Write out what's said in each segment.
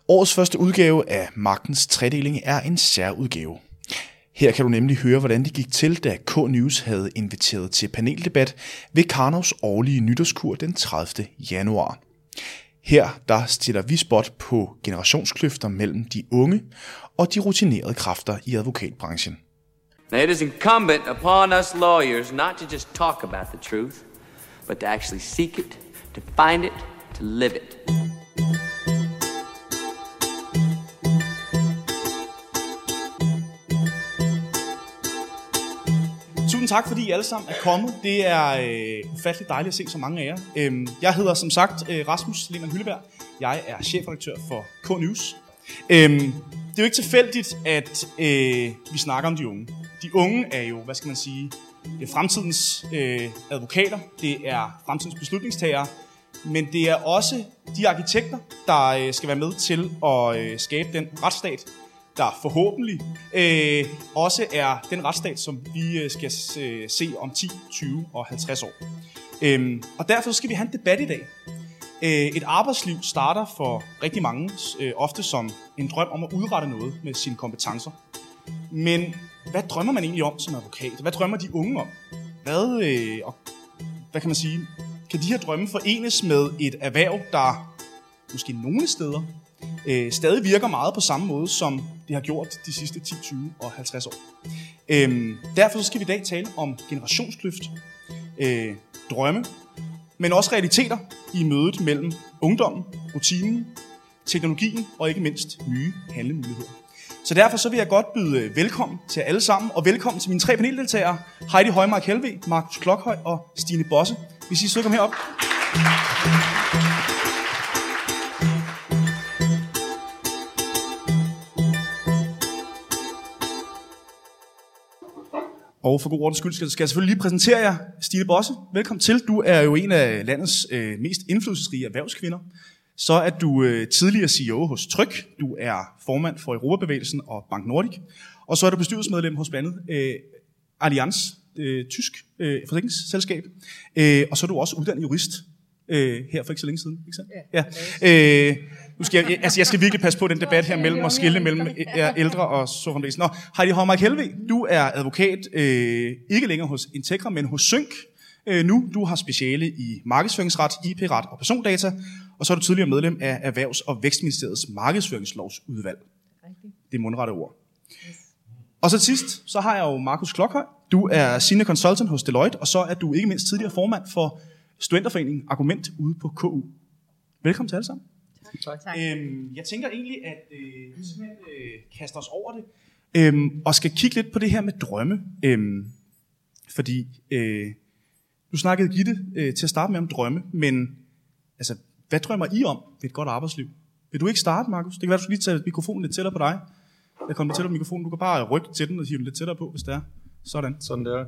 Årets første udgave af Magtens Tredeling er en særudgave. Her kan du nemlig høre, hvordan det gik til, da K-News havde inviteret til paneldebat ved Karnovs årlige nytårskur den 30. januar. Her der stiller vi spot på generationskløfter mellem de unge og de rutinerede kræfter i advokatbranchen. Now, it is incumbent upon us lawyers not to just talk about the truth, but to actually seek it, to find it, to live it. Tusind tak, fordi I alle sammen er kommet. Det er ufatteligt dejligt at se så mange af jer. Jeg hedder som sagt Rasmus Lehmann Hylleberg. Jeg er chefredaktør for K-News. Det er jo ikke tilfældigt, at vi snakker om de unge. De unge er jo, hvad skal man sige, det er fremtidens advokater, det er fremtidens beslutningstagere, men det er også de arkitekter, der skal være med til at skabe den retsstat, der forhåbentlig også er den retsstat, som vi skal se om 10, 20 og 50 år. Og derfor skal vi have en debat i dag. Et arbejdsliv starter for rigtig mange ofte som en drøm om at udrette noget med sine kompetencer. Men hvad drømmer man egentlig om som advokat? Hvad drømmer de unge om? Hvad kan man sige? Kan de her drømme forenes med et erhverv, der måske nogle steder stadig virker meget på samme måde, som det har gjort de sidste 10, 20 og 50 år? Derfor skal vi i dag tale om generationskløft, drømme, men også realiteter i mødet mellem ungdommen, rutinen, teknologien og ikke mindst nye handlemuligheder. Så derfor så vil jeg godt byde velkommen til alle sammen, og velkommen til mine 3 paneldeltagere, Heidi Højmark Helve, Markus Klokhøj og Stine Bosse. Hvis I så kom herop. Og for god ordens skyld skal jeg selvfølgelig lige præsentere jer. Stine Bosse, velkommen til. Du er jo en af landets mest indflydelsesrige erhvervskvinder. Så er du tidligere CEO hos Tryg. Du er formand for Europabevægelsen og Bank Nordic. Og så er du bestyrelsesmedlem hos blandt andet Allianz, tysk forsikringsselskab. Og så er du også uddannet jurist her for ikke så længe siden. Ikke sant? Ja. Nu skal jeg skal virkelig passe på den debat her mellem og skille mellem ældre og så fremdeles. Nå, Heidi Højmark Helve, du er advokat ikke længere hos Integra, men hos Sync. Nu du har speciale i markedsføringsret, IP-ret og persondata, og så er du tidligere medlem af Erhvervs- og Vækstministeriets markedsføringslovsudvalg. Det er mundrette ord. Og så sidst, så har jeg jo Markus Klokhøj. Du er senior consultant hos Deloitte, og så er du ikke mindst tidligere formand for Studenterforeningen Argument ude på KU. Velkommen til alle sammen. Tak. Jeg tænker egentlig, at vi simpelthen kaster os over det, og skal kigge lidt på det her med drømme. Fordi nu snakkede Gitte til at starte med om drømme, men altså, hvad drømmer I om ved et godt arbejdsliv? Vil du ikke starte, Markus? Det kan være, du skal lige tage mikrofonen lidt tættere på dig. Jeg kommer lidt tættere på mikrofonen. Du kan bare rykke til den og hive den lidt tættere på, hvis det er. Sådan. Sådan der.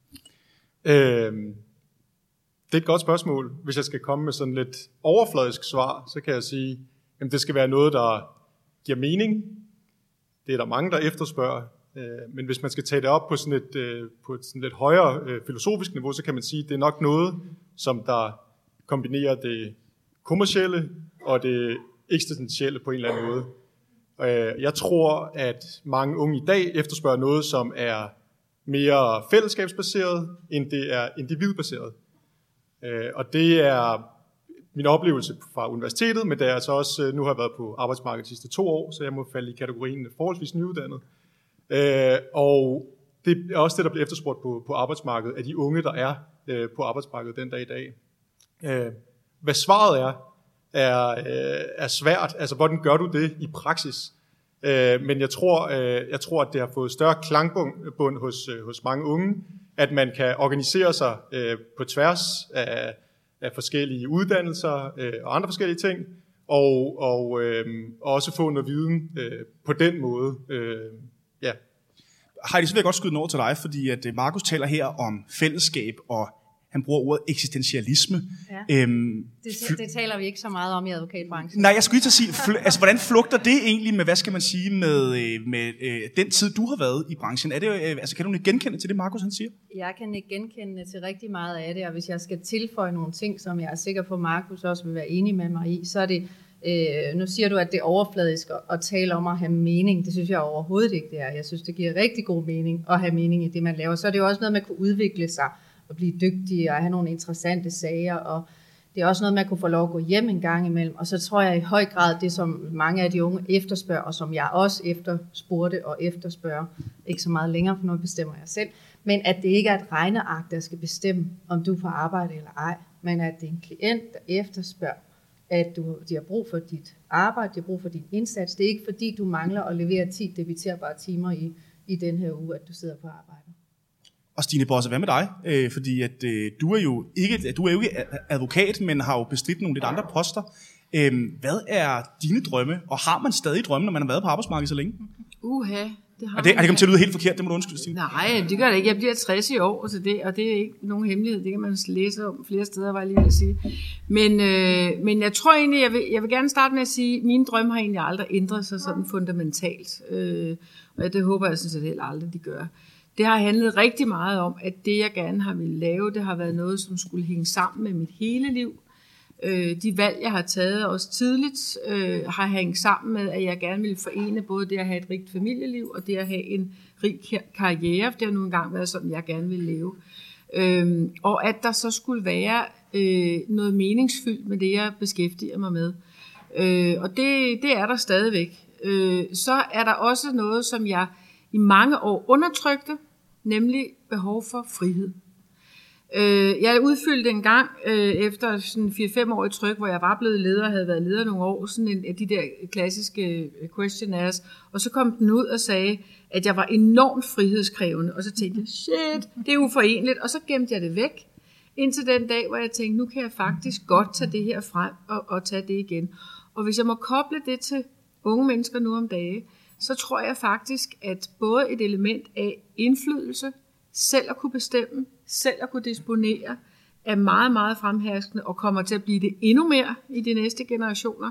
Det er et godt spørgsmål. Hvis jeg skal komme med sådan lidt overfladisk svar, så kan jeg sige, at det skal være noget, der giver mening. Det er der mange, der efterspørger. Men hvis man skal tage det op på sådan et lidt højere filosofisk niveau, så kan man sige, at det er nok noget, som der kombinerer det kommercielle og det eksistentielle på en eller anden måde. Jeg tror, at mange unge i dag efterspørger noget, som er mere fællesskabsbaseret, end det er individbaseret. Og det er min oplevelse fra universitetet, men det er altså også, nu har jeg været på arbejdsmarkedet de sidste 2 år, så jeg må falde i kategorien forholdsvis nyuddannet. Og det er også det, der bliver efterspurgt på arbejdsmarkedet, af de unge, der er på arbejdsmarkedet den dag i dag. Hvad svaret er svært. Altså, hvordan gør du det i praksis? Men jeg tror, at det har fået større klangbund hos mange unge, at man kan organisere sig på tværs af forskellige uddannelser og andre forskellige ting, og også få noget viden på den måde. Ja. Heidi, så vil jeg godt skyde den over til dig, fordi at Markus taler her om fællesskab, og han bruger ordet eksistentialisme. Ja. Det taler vi ikke så meget om i advokatbranchen. Nej, jeg skulle lige til at sige, altså, hvordan flugter det egentlig med, hvad skal man sige, med den tid, du har været i branchen? Er det, altså, kan du ikke genkende til det, Markus han siger? Jeg kan ikke genkende til rigtig meget af det, og hvis jeg skal tilføje nogle ting, som jeg er sikker på, Markus også vil være enig med mig i, så er det Nu siger du, at det er overfladisk at tale om at have mening. Det synes jeg overhovedet ikke, det er. Jeg synes, det giver rigtig god mening at have mening i det, man laver. Så er det jo også noget, man kunne udvikle sig og blive dygtig og have nogle interessante sager. Og det er også noget, man kunne få lov at gå hjem en gang imellem. Og så tror jeg i høj grad, det som mange af de unge efterspørger, og som jeg også efterspurgte og efterspørger, ikke så meget længere, for nu bestemmer jeg selv, men at det ikke er et regneark, der skal bestemme, om du får arbejde eller ej, men at det er en klient, der efterspørger, at de har brug for dit arbejde, de har brug for din indsats. Det er ikke fordi, du mangler at levere 10 debiterbare timer i den her uge, at du sidder på arbejde. Og Stine Bosse, hvad med dig? Fordi at du er jo ikke advokat, men har jo bestridt nogle lidt andre poster. Hvad er dine drømme, og har man stadig drømme, når man har været på arbejdsmarkedet så længe? Det har og det kommer til at lyde helt forkert, det må du undskylde, Stine. Nej, det gør det ikke. Jeg bliver 60 i år, så og det er ikke nogen hemmelighed. Det kan man læse om flere steder, var jeg lige ved at sige. Men jeg tror egentlig, jeg vil gerne starte med at sige, at mine drømme har egentlig aldrig ændret sig sådan fundamentalt. Og det håber jeg sådan set heller aldrig, de gør. Det har handlet rigtig meget om, at det, jeg gerne har ville lave, det har været noget, som skulle hænge sammen med mit hele liv. De valg, jeg har taget også tidligt, har hængt sammen med, at jeg gerne ville forene både det at have et rigt familieliv, og det at have en rig karriere. Det har nu engang været sådan, jeg gerne ville leve. Og at der så skulle være noget meningsfyldt med det, jeg beskæftiger mig med. Og det er der stadigvæk. Så er der også noget, som jeg i mange år undertrykte, nemlig behov for frihed. Jeg udfyldte en gang efter sådan 4-5 år i tryk, hvor jeg var blevet leder og havde været leder nogle år, sådan en af de der klassiske questionnaires, og så kom den ud og sagde, at jeg var enormt frihedskrævende, og så tænkte jeg, shit, det er uforeneligt, og så gemte jeg det væk, indtil den dag, hvor jeg tænkte, nu kan jeg faktisk godt tage det her frem og tage det igen. Og hvis jeg må koble det til unge mennesker nu om dage, så tror jeg faktisk, at både et element af indflydelse, selv at kunne bestemme, selv at kunne disponere, er meget, meget fremherskende og kommer til at blive det endnu mere i de næste generationer.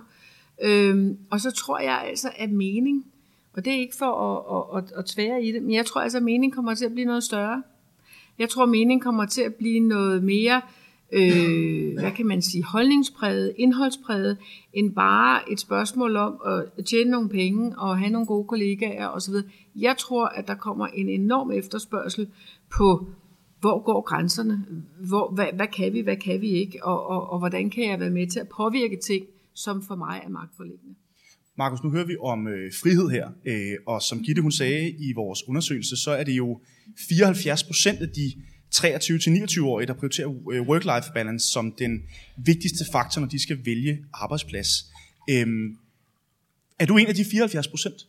Og så tror jeg altså, at mening, og det er ikke for at tvære i det, men jeg tror altså, at mening kommer til at blive noget større. Jeg tror, at mening kommer til at blive noget mere, hvad kan man sige, holdningspræget, indholdspræget, end bare et spørgsmål om at tjene nogle penge og have nogle gode kollegaer osv. Jeg tror, at der kommer en enorm efterspørgsel på, hvor går grænserne, hvad kan vi ikke, og hvordan kan jeg være med til at påvirke ting, som for mig er magtpåliggende. Markus, nu hører vi om frihed her, og som Gitte hun sagde i vores undersøgelse, så er det jo 74% af de 23-29-årige, der prioriterer work-life balance som den vigtigste faktor, når de skal vælge arbejdsplads. Er du en af de 74%?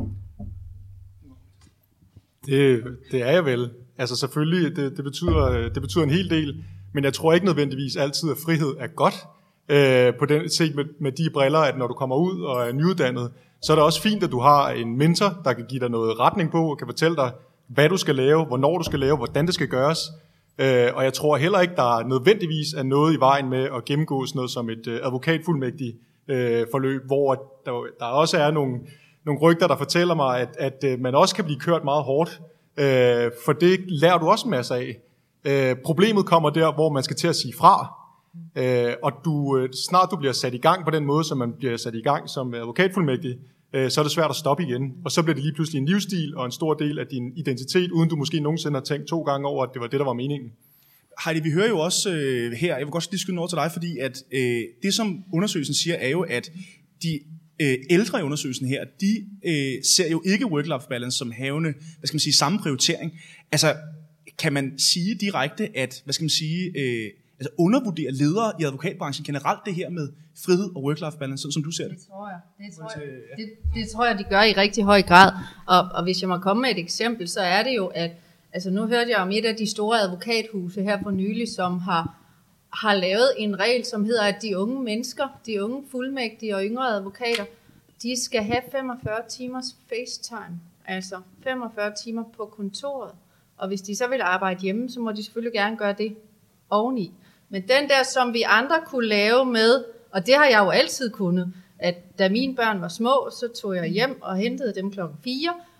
Det er jeg vel. Altså selvfølgelig, det betyder en hel del, men jeg tror ikke nødvendigvis altid, at frihed er godt. På den set med de briller, at når du kommer ud og er nyuddannet, så er det også fint, at du har en mentor, der kan give dig noget retning på, og kan fortælle dig, hvad du skal lave, hvornår du skal lave, hvordan det skal gøres. Og jeg tror heller ikke, der nødvendigvis er noget i vejen med at gennemgå sådan noget som et advokatfuldmægtig forløb, hvor der også er nogle rygter, der fortæller mig, at man også kan blive kørt meget hårdt. For det lærer du også masser af. Problemet kommer der, hvor man skal til at sige fra. Og snart du bliver sat i gang på den måde, som man bliver sat i gang som advokatfuldmægtig, så er det svært at stoppe igen. Og så bliver det lige pludselig en livsstil og en stor del af din identitet, uden du måske nogensinde har tænkt 2 gange over, at det var det, der var meningen. Heidi, vi hører jo også her, jeg vil godt lige skyde over til dig, fordi at det, som undersøgelsen siger, er jo, at de ældre i undersøgelsen her, de ser jo ikke work-life balance som havende, hvad skal man sige, samme prioritering. Altså, kan man sige direkte, at, hvad skal man sige, altså undervurderer ledere i advokatbranchen generelt det her med frihed og work-life balance, sådan som du ser det? Det tror jeg, de gør i rigtig høj grad. Og hvis jeg må komme med et eksempel, så er det jo, at altså nu hørte jeg om et af de store advokathuse her for nylig, som har lavet en regel, som hedder, at de unge mennesker, de unge fuldmægtige og yngre advokater, de skal have 45 timers FaceTime, altså 45 timer på kontoret. Og hvis de så vil arbejde hjemme, så må de selvfølgelig gerne gøre det oveni. Men den der, som vi andre kunne lave med, og det har jeg jo altid kunnet, at da mine børn var små, så tog jeg hjem og hentede dem 4:00,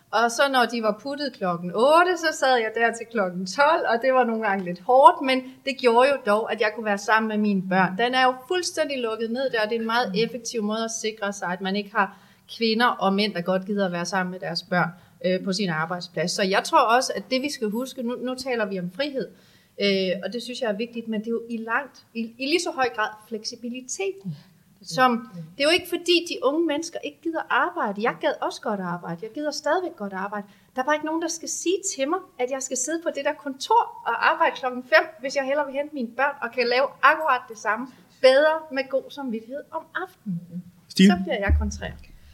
Og så når de var puttet klokken 8, så sad jeg der til klokken 12, og det var nogle gange lidt hårdt, men det gjorde jo dog, at jeg kunne være sammen med mine børn. Den er jo fuldstændig lukket ned der, og det er en meget effektiv måde at sikre sig, at man ikke har kvinder og mænd, der godt gider at være sammen med deres børn på sin arbejdsplads. Så jeg tror også, at det vi skal huske, nu taler vi om frihed, og det synes jeg er vigtigt, men det er jo i lige så høj grad fleksibilitet. Det er jo ikke fordi, de unge mennesker ikke gider arbejde. Jeg gad også godt arbejde. Jeg gider stadigvæk godt arbejde. Der er bare ikke nogen, der skal sige til mig, at jeg skal sidde på det der kontor og arbejde klokken 5, hvis jeg hellere vil hente mine børn og kan lave akkurat det samme. Bedre med god samvittighed om aftenen. Så bliver jeg kontrær.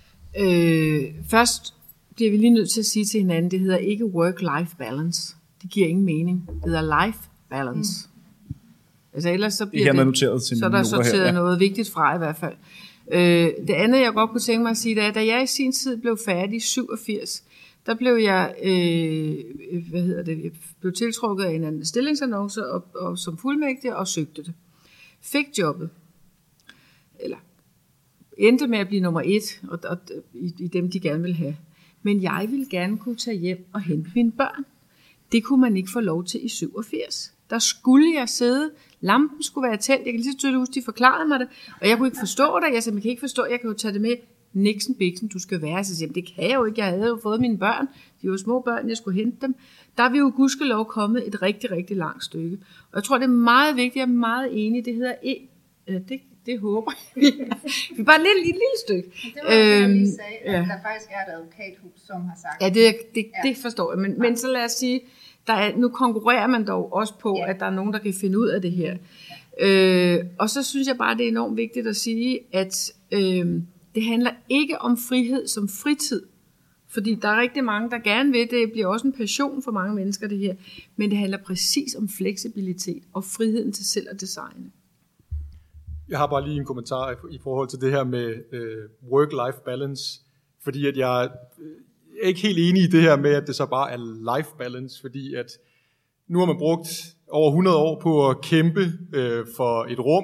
Først bliver vi lige nødt til at sige til hinanden, det hedder ikke work-life balance. Det giver ingen mening. Det hedder life balance. Altså ellers så bliver så er der sorteret noget vigtigt fra i hvert fald. Det andet, jeg godt kunne tænke mig at sige, det er, da jeg i sin tid blev færdig i 87, der blev jeg jeg blev tiltrukket af en anden stillingsannonce og som fuldmægtig og søgte det. Fik jobbet. Eller endte med at blive nummer 1 og i dem, de gerne ville have. Men jeg ville gerne kunne tage hjem og hente mine børn. Det kunne man ikke få lov til i 87. Der skulle jeg sidde, lampen skulle være tændt, jeg kan lige så tydeligt huske, de forklarede mig det, og jeg kunne ikke forstå det, jeg sagde, man kan ikke forstå, jeg kan jo tage det med, Nixon Bixen, du skal være, så siger, det kan jeg jo ikke, jeg havde jo fået mine børn, de var små børn, jeg skulle hente dem, der er vi jo gudskelov kommet et rigtig, rigtig langt stykke, og jeg tror, det er meget vigtigt, jeg er meget enig, det hedder det håber jeg. Vi er bare et lille stykke. Det var jeg lige sagde, at der faktisk er et advokathus, som har sagt. Ja, det forstår jeg. Men så lad os sige, nu konkurrerer man dog også på, at der er nogen, der kan finde ud af det her. Og så synes jeg bare, det er enormt vigtigt at sige, at det handler ikke om frihed som fritid. Fordi der er rigtig mange, der gerne vil. Det bliver også en passion for mange mennesker, det her. Men det handler præcis om fleksibilitet og friheden til selv at designe. Jeg har bare lige en kommentar i forhold til det her med work-life balance, fordi at jeg er ikke helt enig i det her med, at det så bare er life balance, fordi at nu har man brugt over 100 år på at kæmpe for et rum,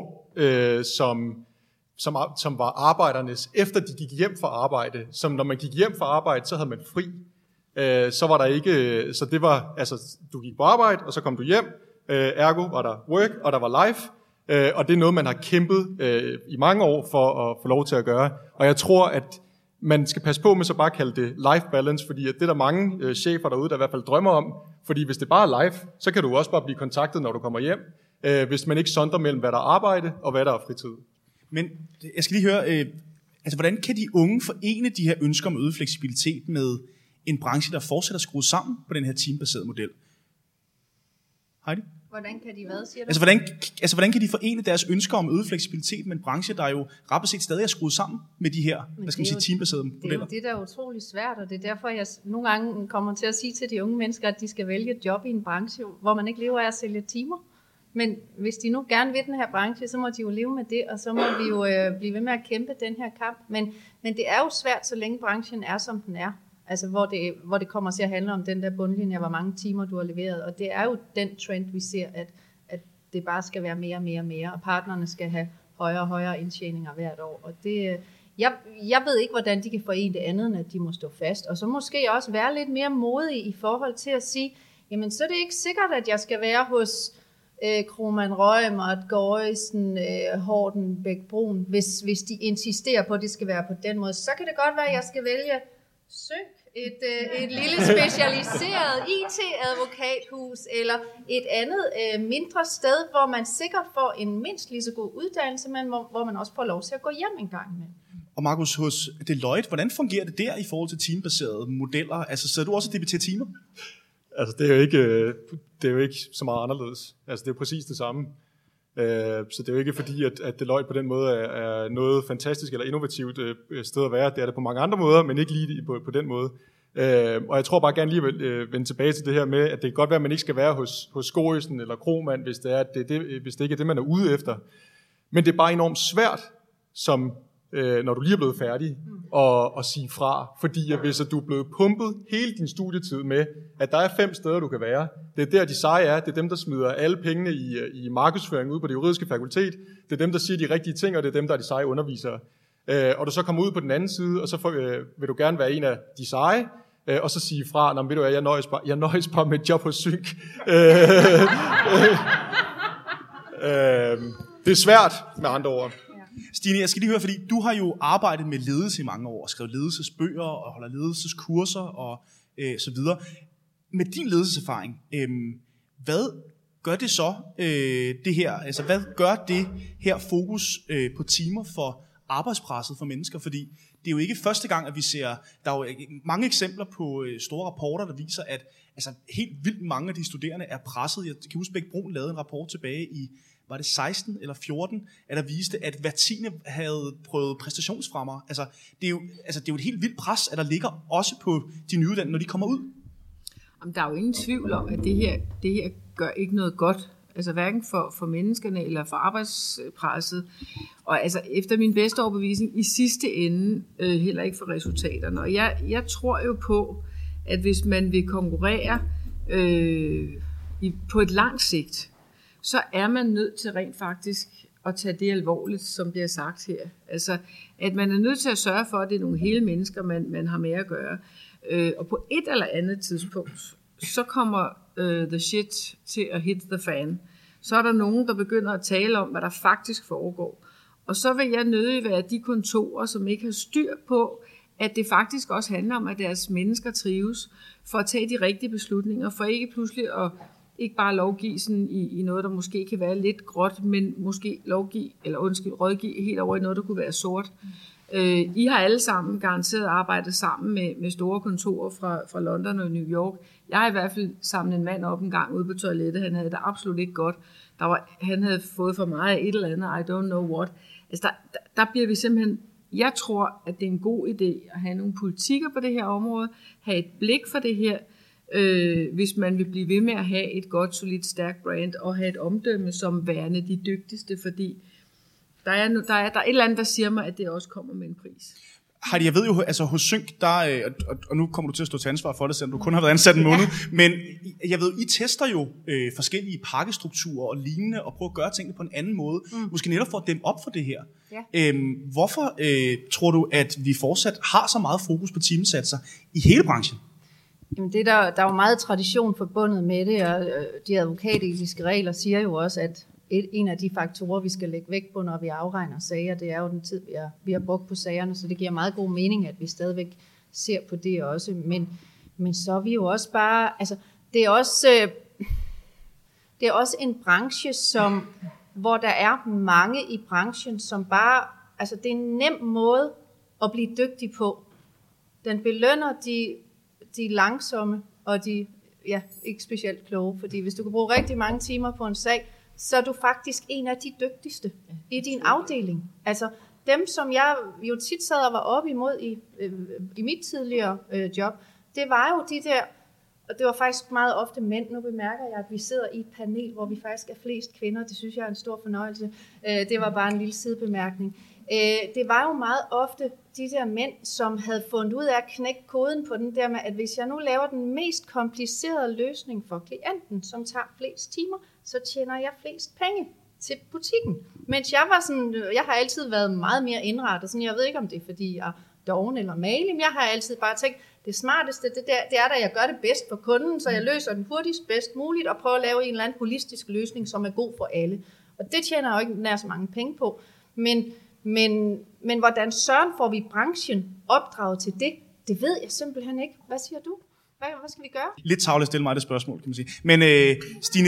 som var arbejdernes, efter de gik hjem fra arbejde. Som når man gik hjem fra arbejde, så havde man fri. Så var der ikke, så det var, altså du gik på arbejde, og så kom du hjem, ergo var der work, og der var life. Og det er noget, man har kæmpet i mange år for at få lov til at gøre. Og jeg tror, at man skal passe på med så bare at kalde det life balance, fordi at det er der mange chefer derude, der i hvert fald drømmer om. Fordi hvis det bare er life, så kan du også bare blive kontaktet, når du kommer hjem, hvis man ikke sondrer mellem, hvad der er arbejde og hvad der er fritid. Men jeg skal lige høre, altså hvordan kan de unge forene de her ønsker om øget fleksibilitet med en branche, der fortsætter at skrue sammen på den her teambaserede model? Heidi? Hvordan kan de hvad, siger du? Hvordan kan de forene deres ønsker om øget fleksibilitet med en branche, der jo ret beset stadig er skruet sammen med de her, teambaserede modeller? Det er jo det, der er utroligt svært, og det er derfor, jeg nogle gange kommer til at sige til de unge mennesker, at de skal vælge et job i en branche, hvor man ikke lever af at sælge timer. Men hvis de nu gerne vil den her branche, så må de jo leve med det, og så må vi jo blive ved med at kæmpe den her kamp. Men det er jo svært, så længe branchen er, som den er. Altså hvor det kommer til at handle om den der bundlinje, hvor mange timer du har leveret. Og det er jo den trend, vi ser, at det bare skal være mere og mere og mere, og partnerne skal have højere og højere indtjeninger hvert år. Og det, jeg ved ikke, hvordan de kan forene det andet, end at de må stå fast. Og så måske også være lidt mere modige i forhold til at sige, jamen så er det ikke sikkert, at jeg skal være hos Kromann Reumert, Gøjsen, Horten, Bæk-Brun, hvis de insisterer på, at det skal være på den måde. Så kan det godt være, at jeg skal vælge Sync, et lille specialiseret IT-advokathus, eller et andet mindre sted, hvor man sikkert får en mindst lige så god uddannelse, men hvor man også får lov til at gå hjem en gang med. Og Markus, hos Deloitte, hvordan fungerer det der i forhold til teambaserede modeller? Altså, så du også at debattere timer? Altså, det er jo ikke så meget anderledes. Altså, det er præcis det samme. Så det er jo ikke fordi, at Deloitte på den måde er noget fantastisk eller innovativt sted at være. Det er det på mange andre måder, men ikke lige på den måde. Og jeg tror bare gerne lige at vende tilbage til det her med, at det kan godt være, at man ikke skal være hos Skårøsen eller Kromann, hvis det ikke er det, man er ude efter. Men det er bare enormt svært, som når du lige er blevet færdig, at sige fra. Fordi hvis du er blevet pumpet hele din studietid med, at der er 5 steder, du kan være. Det er der, de seje er. Det er dem, der smider alle pengene i markedsføring ud på det juridiske fakultet. Det er dem, der siger de rigtige ting, og det er dem, der er de seje undervisere. Og du så kommer ud på den anden side, og så vil du gerne være en af de seje, og så sige fra, ved du hvad, jeg nøjes bare med et job hos Sync. Det er svært med andre ord. Stine, jeg skal lige høre, fordi du har jo arbejdet med ledelse i mange år, og skrevet ledelsesbøger og holder ledelseskurser og så videre. Med din ledelseserfaring, hvad gør det så det her? Altså, hvad gør det her fokus på timer for arbejdspresset for mennesker? Fordi det er jo ikke første gang, at vi ser, der er jo mange eksempler på store rapporter, der viser, at altså, helt vildt mange af de studerende er presset. Jeg kan huske, Bæk Brun lavede en rapport tilbage i, var det 16 eller 14, at der viste, at hver tiende havde prøvet præstationsfremmer. Altså, det er jo et helt vildt pres, at der ligger også på de nyuddannede, når de kommer ud. Jamen, der er jo ingen tvivl om, at det her gør ikke noget godt. Altså hverken for menneskerne eller for arbejdspresset. Og altså efter min bedste overbevisning i sidste ende heller ikke for resultaterne. Og jeg tror jo på, at hvis man vil konkurrere på et langt sigt, så er man nødt til rent faktisk at tage det alvorligt, som bliver sagt her. Altså, at man er nødt til at sørge for, at det er nogle hele mennesker, man har med at gøre. Og på et eller andet tidspunkt, så kommer the shit til at hit the fan. Så er der nogen, der begynder at tale om, hvad der faktisk foregår. Og så vil jeg nødig være de kontorer, som ikke har styr på, at det faktisk også handler om, at deres mennesker trives, for at tage de rigtige beslutninger, for ikke pludselig at ikke bare lovgive sådan i noget, der måske kan være lidt gråt, men måske rådgive helt over i noget, der kunne være sort. I har alle sammen garanteret arbejdet sammen med store kontorer fra London og New York. Jeg har i hvert fald samlet en mand op en gang ude på toilettet. Han havde det absolut ikke godt. Han havde fået for meget af et eller andet, I don't know what. Altså der bliver vi simpelthen... Jeg tror, at det er en god idé at have nogle politikker på det her område, have et blik for det her, hvis man vil blive ved med at have et godt, solidt, stærkt brand, og have et omdømme som værende de dygtigste, fordi der er et eller andet, der siger mig, at det også kommer med en pris. Heidi, jeg ved jo, altså hos Sync, og nu kommer du til at stå til ansvar for det, selvom du kun har været ansat en måned, men jeg ved, I tester jo forskellige pakkestrukturer og lignende, og prøver at gøre tingene på en anden måde, måske netop for at dæmme op for det her. Ja. Hvorfor tror du, at vi fortsat har så meget fokus på timesatser i hele branchen? Jamen der er jo meget tradition forbundet med det, og de advokatetiske regler siger jo også, at en af de faktorer, vi skal lægge vægt på, når vi afregner sager, det er jo den tid, vi har brugt på sagerne, så det giver meget god mening, at vi stadigvæk ser på det også. Men så er vi jo også bare, altså det er også en branche, hvor der er mange i branchen, som bare, altså det er en nem måde at blive dygtig på. Den belønner de langsomme og de ikke specielt kloge, fordi hvis du kan bruge rigtig mange timer på en sag, så er du faktisk en af de dygtigste i din afdeling. Altså dem, som jeg jo tit sad og var op imod i mit tidligere job, det var jo de der, og det var faktisk meget ofte mænd. Nu bemærker jeg, at vi sidder i et panel, hvor vi faktisk er flest kvinder. Det synes jeg er en stor fornøjelse. Det var bare en lille sidebemærkning. Det var jo meget ofte de der mænd, som havde fundet ud af at knække koden på den der med, at hvis jeg nu laver den mest komplicerede løsning for klienten, som tager flest timer, så tjener jeg flest penge til butikken. Mens jeg var sådan, jeg har altid været meget mere indrettet, sådan, jeg ved ikke om det er fordi jeg er doven eller malig, men jeg har altid bare tænkt, det smarteste, det er da jeg gør det bedst for kunden, så jeg løser den hurtigst bedst muligt, og prøver at lave en eller anden holistisk løsning, som er god for alle. Og det tjener jeg jo ikke nær så mange penge på. Men hvordan søren får vi branchen opdraget til det? Det ved jeg simpelthen ikke. Hvad siger du? Hvad skal vi gøre? Lidt tavligt at stille mig det spørgsmål, kan man sige. Men Stine,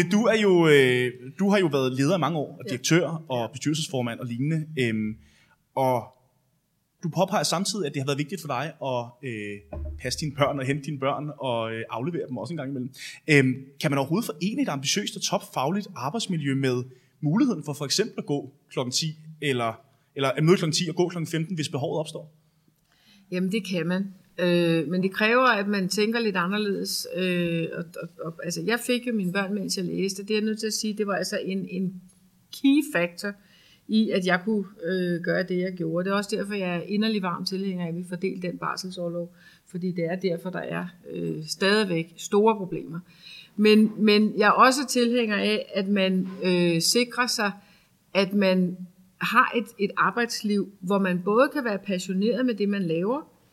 du har jo været leder i mange år, og direktør og bestyrelsesformand og lignende. Og du påpeger samtidig, at det har været vigtigt for dig at passe dine børn og hente dine børn og aflevere dem også en gang imellem. Kan man overhovedet forene et ambitiøst og topfagligt arbejdsmiljø med muligheden for eksempel at gå klokken 10 eller at møde klokken 10 og gå klokken 15, hvis behovet opstår? Jamen det kan man. Men det kræver, at man tænker lidt anderledes. Altså, jeg fik jo mine børn, mens jeg læste. Det er jeg nødt til at sige, det var altså en key factor i, at jeg kunne gøre det, jeg gjorde. Det er også derfor, jeg er inderlig varm tilhænger af, at vi fordeler den barselsorlov. Fordi det er derfor, der er stadigvæk store problemer. Men jeg er også tilhænger af, at man sikrer sig, at man har et arbejdsliv, hvor man både kan være passioneret med det, man laver,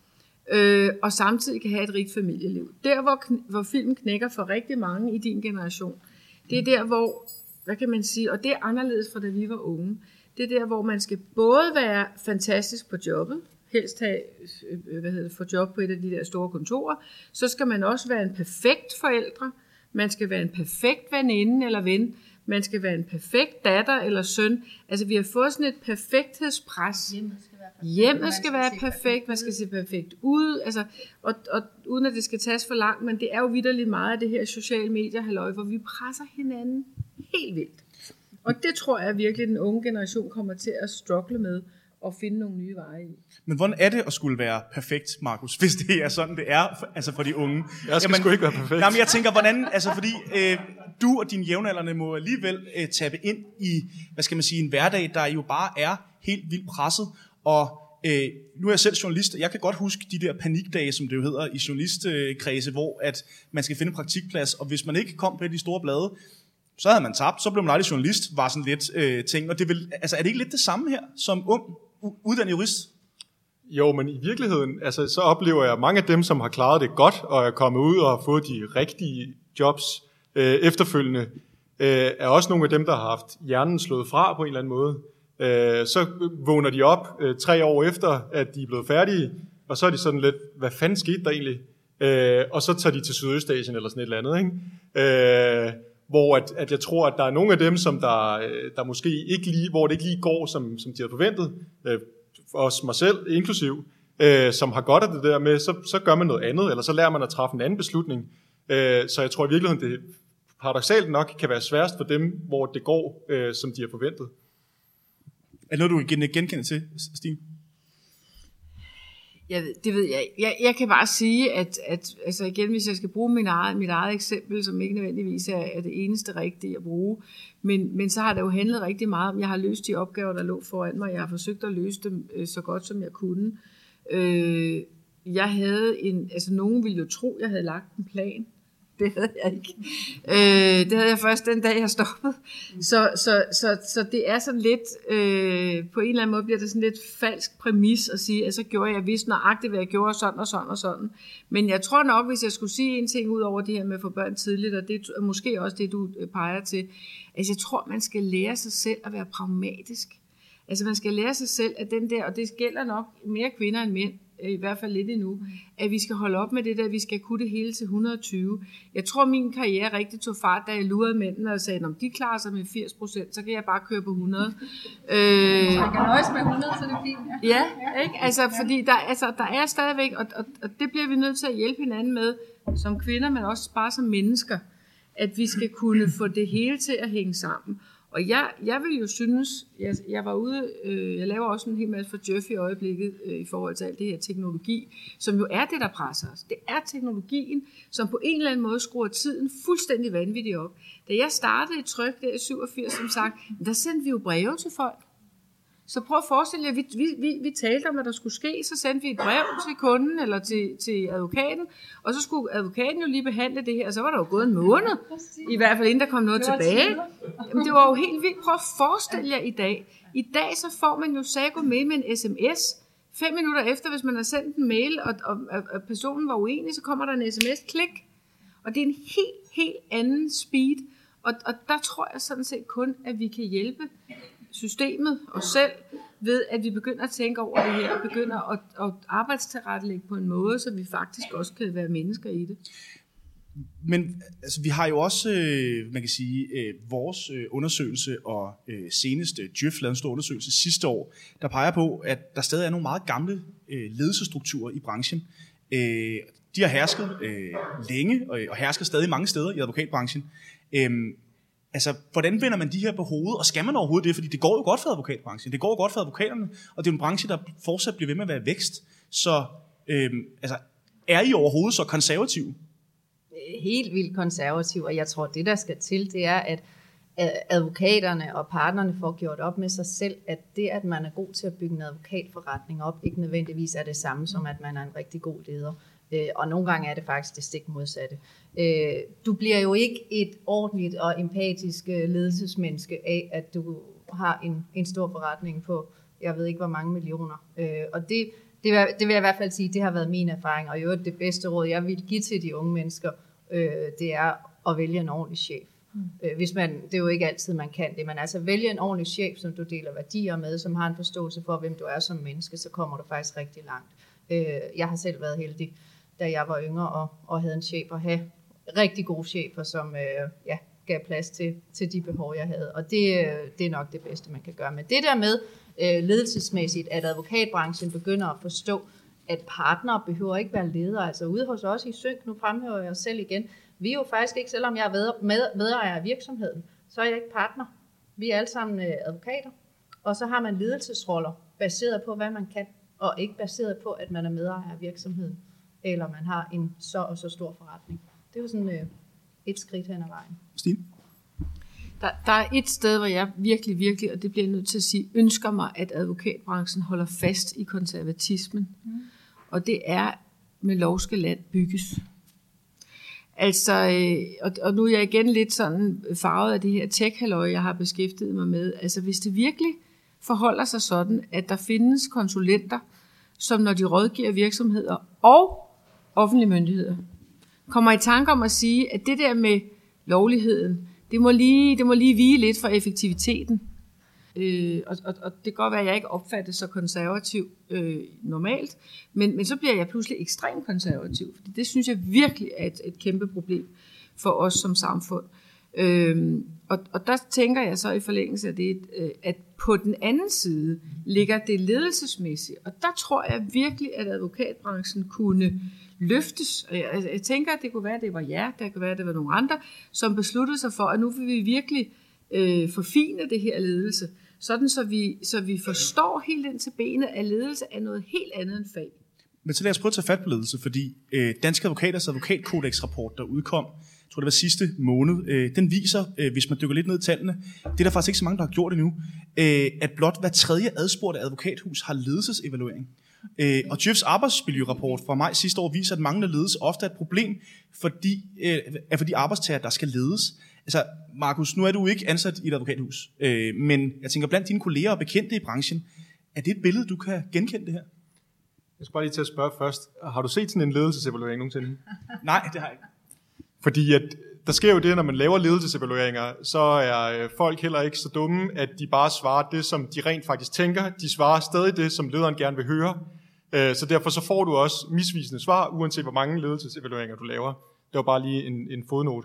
og samtidig kan have et rigt familieliv. Der, hvor film knækker for rigtig mange i din generation, det er der, hvor, hvad kan man sige, og det er anderledes fra da vi var unge, det er der, hvor man skal både være fantastisk på jobbet, helst have, få job på et af de der store kontorer, så skal man også være en perfekt forældre, man skal være en perfekt veninde eller ven, man skal være en perfekt datter eller søn. Altså vi har fået sådan et perfekthedspres. Hjemmet skal være perfekt, man skal se perfekt ud, altså, og uden at det skal tages for langt, men det er jo vitterligt meget af det her sociale medier, halløj, hvor vi presser hinanden helt vildt. Og det tror jeg virkelig, den unge generation kommer til at struggle med og finde nogle nye veje i. Men hvordan er det at skulle være perfekt, Markus, hvis det er sådan, det er altså for de unge? Jeg skal sgu ikke være perfekt. Jamen, jeg tænker, hvordan, altså fordi du og dine jævnaldrende må alligevel tabe ind i, hvad skal man sige, en hverdag, der jo bare er helt vildt presset, og nu er jeg selv journalist, og jeg kan godt huske de der panikdage, som det jo hedder i journalistkredse, hvor at man skal finde praktikplads, og hvis man ikke kom på de store blade, så havde man tabt, så blev man aldrig journalist, var sådan lidt ting, og det vil, altså er det ikke lidt det samme her, som ung, uddannet jurist? Jo, men i virkeligheden, altså, så oplever jeg mange af dem, som har klaret det godt, og er kommet ud og har fået de rigtige jobs efterfølgende, er også nogle af dem, der har haft hjernen slået fra på en eller anden måde. Så vågner de op 3 år efter, at de er blevet færdige, og så er de sådan lidt, hvad fanden skete der egentlig? Og så tager de til Sydøstasien eller sådan et eller andet, ikke? Hvor at jeg tror, at der er nogle af dem, som der måske ikke lige, hvor det ikke lige går, som de havde forventet, også mig selv inklusiv, som har godt af det der med, så gør man noget andet, eller så lærer man at træffe en anden beslutning. Så jeg tror i virkeligheden, det paradoksalt nok kan være sværest for dem, hvor det går, som de har forventet. Er det noget, du kan genkende til, Stine? Det ved jeg ikke. Jeg kan bare sige, at altså igen, hvis jeg skal bruge mit eget eksempel, som ikke nødvendigvis er det eneste rigtige at bruge, men så har det jo handlet rigtig meget om, jeg har løst de opgaver, der lå foran mig. Jeg har forsøgt at løse dem så godt, som jeg kunne. Jeg havde nogen ville jo tro, jeg havde lagt en plan. Det havde jeg ikke. Det havde jeg først den dag, jeg stoppede. Så det er sådan lidt, på en eller anden måde bliver det sådan lidt falsk præmis at sige, at så gjorde jeg vist nøjagtigt, hvad jeg gjorde, sådan og sådan og sådan. Men jeg tror nok, hvis jeg skulle sige en ting ud over det her med at få børn tidligt, og det er måske også det, du peger til, altså jeg tror, man skal lære sig selv at være pragmatisk. Altså man skal lære sig selv, at den der, og det gælder nok mere kvinder end mænd, i hvert fald lidt endnu, at vi skal holde op med det der, vi skal kunne det hele til 120. Jeg tror, min karriere rigtig tog fart, da jeg lurede mændene og sagde, om de klarer sig med 80%, så kan jeg bare køre på 100. Så jeg kan nøjes med 100, så det er fint. Ja, ikke? Altså, fordi der er stadigvæk, og det bliver vi nødt til at hjælpe hinanden med, som kvinder, men også bare som mennesker, at vi skal kunne få det hele til at hænge sammen. Og jeg vil jo synes, jeg var ude, jeg laver også en hel masse for Jeff i øjeblikket i forhold til alt det her teknologi, som jo er det, der presser os. Det er teknologien, som på en eller anden måde skruer tiden fuldstændig vanvittigt op. Da jeg startede i Tryk der i 87, som sagt, der sendte vi jo breve til folk. Så prøv at forestille jer, vi talte om, hvad der skulle ske, så sendte vi et brev til kunden eller til advokaten, og så skulle advokaten jo lige behandle det her, og så var der jo gået en måned, i hvert fald inden der kom noget tilbage. Jamen, det var jo helt vildt. Prøv at forestille jer i dag. I dag så får man jo Sago med en sms. 5 minutter efter, hvis man har sendt en mail, og personen var uenig, så kommer der en sms, klik. Og det er en helt anden speed. Og der tror jeg sådan set kun, at vi kan hjælpe systemet og selv ved, at vi begynder at tænke over det her, og begynder at arbejdstilrettelægge på en måde, så vi faktisk også kan være mennesker i det. Men altså, vi har jo også, man kan sige, vores undersøgelse og seneste Djøf lavede en stor undersøgelse sidste år, der peger på, at der stadig er nogle meget gamle ledelsesstrukturer i branchen. De har hersket længe, og hersker stadig mange steder i advokatbranchen. Altså, hvordan vender man de her på hovedet, og skal man overhovedet det? Fordi det går jo godt for advokatbranchen, det går jo godt for advokaterne, og det er en branche, der fortsat bliver ved med at være i vækst. Så altså, er I overhovedet så konservative? Helt vildt konservativ, og jeg tror, det der skal til, det er, at advokaterne og partnerne får gjort op med sig selv, at det, at man er god til at bygge en advokatforretning op, ikke nødvendigvis er det samme som, at man er en rigtig god leder. Og nogle gange er det faktisk det stik modsatte. Du bliver jo ikke et ordentligt og empatisk ledelsesmenneske af, at du har en stor forretning på, jeg ved ikke hvor mange millioner. Og Det vil jeg i hvert fald sige, det har været min erfaring, og jo det bedste råd, jeg vil give til de unge mennesker, det er at vælge en ordentlig chef. Hvis man, det er jo ikke altid, man kan det, men altså vælge en ordentlig chef, som du deler værdier med, som har en forståelse for, hvem du er som menneske, så kommer du faktisk rigtig langt. Jeg har selv været heldig, da jeg var yngre og havde en chef, og have rigtig gode chefer, som gav plads til de behov, jeg havde. Og det er nok det bedste, man kan gøre. Men det der med ledelsesmæssigt, at advokatbranchen begynder at forstå, at partnere behøver ikke være ledere. Altså ude hos os i Sync, nu fremhæver jeg os selv igen, vi er jo faktisk ikke, selvom jeg er medejer af virksomheden, så er jeg ikke partner. Vi er alle sammen advokater. Og så har man ledelsesroller baseret på, hvad man kan, og ikke baseret på, at man er medejer af virksomheden, eller man har en så og så stor forretning. Det er jo sådan et skridt hen ad vejen. Stine? Der er et sted, hvor jeg virkelig, og det bliver jeg nødt til at sige, ønsker mig, at advokatbranchen holder fast i konservatismen. Og det er, med lov skal land bygges. Altså, og nu er jeg igen lidt sådan farvet af det her tech-halløj, jeg har beskæftiget mig med. Altså, hvis det virkelig forholder sig sådan, at der findes konsulenter, som når de rådgiver virksomheder og offentlige myndigheder, kommer i tanke om at sige, at det der med lovligheden, det må lige vige lidt for effektiviteten. Og det kan godt være, at jeg ikke opfattes så konservativ normalt, men så bliver jeg pludselig ekstremt konservativ, fordi det synes jeg virkelig er et kæmpe problem for os som samfund. Og der tænker jeg så i forlængelse af det, at på den anden side ligger det ledelsesmæssigt, og der tror jeg virkelig, at advokatbranchen kunne løftes. Jeg tænker, at det kunne være, at det var jer, det kunne være, at det var nogle andre, som besluttede sig for, at nu vil vi virkelig forfine det her ledelse, sådan så vi forstår helt ind til benet, at ledelse er noget helt andet end fag. Men så lad os prøve at tage fat på ledelse, fordi Danske Advokaters advokatkodeksrapport, der udkom, jeg tror det var sidste måned, den viser, hvis man dykker lidt ned i tallene, det er der faktisk ikke så mange, der har gjort endnu, at blot hver tredje adspurgte advokathus har ledelsesevaluering. Og Djøfs arbejdsmiljørapport fra maj sidste år viser, at manglende ledelse ofte er et problem, fordi arbejdstager, der skal ledes. Altså, Markus, nu er du ikke ansat i et advokathus, men jeg tænker, blandt dine kolleger og bekendte i branchen, er det et billede, du kan genkende det her? Jeg skal bare lige til at spørge først. Har du set sådan en ledelsesevaluering nogensinde? Nej, det har jeg ikke. Fordi at der sker jo det, når man laver ledelsesevalueringer, så er folk heller ikke så dumme, at de bare svarer det, som de rent faktisk tænker. De svarer stadig det, som lederen gerne vil høre. Så derfor så får du også misvisende svar, uanset hvor mange ledelsesevalueringer du laver. Det var bare lige en fodnote.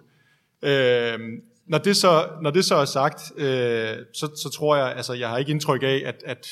Når det så er sagt, så tror jeg, altså jeg har ikke indtryk af,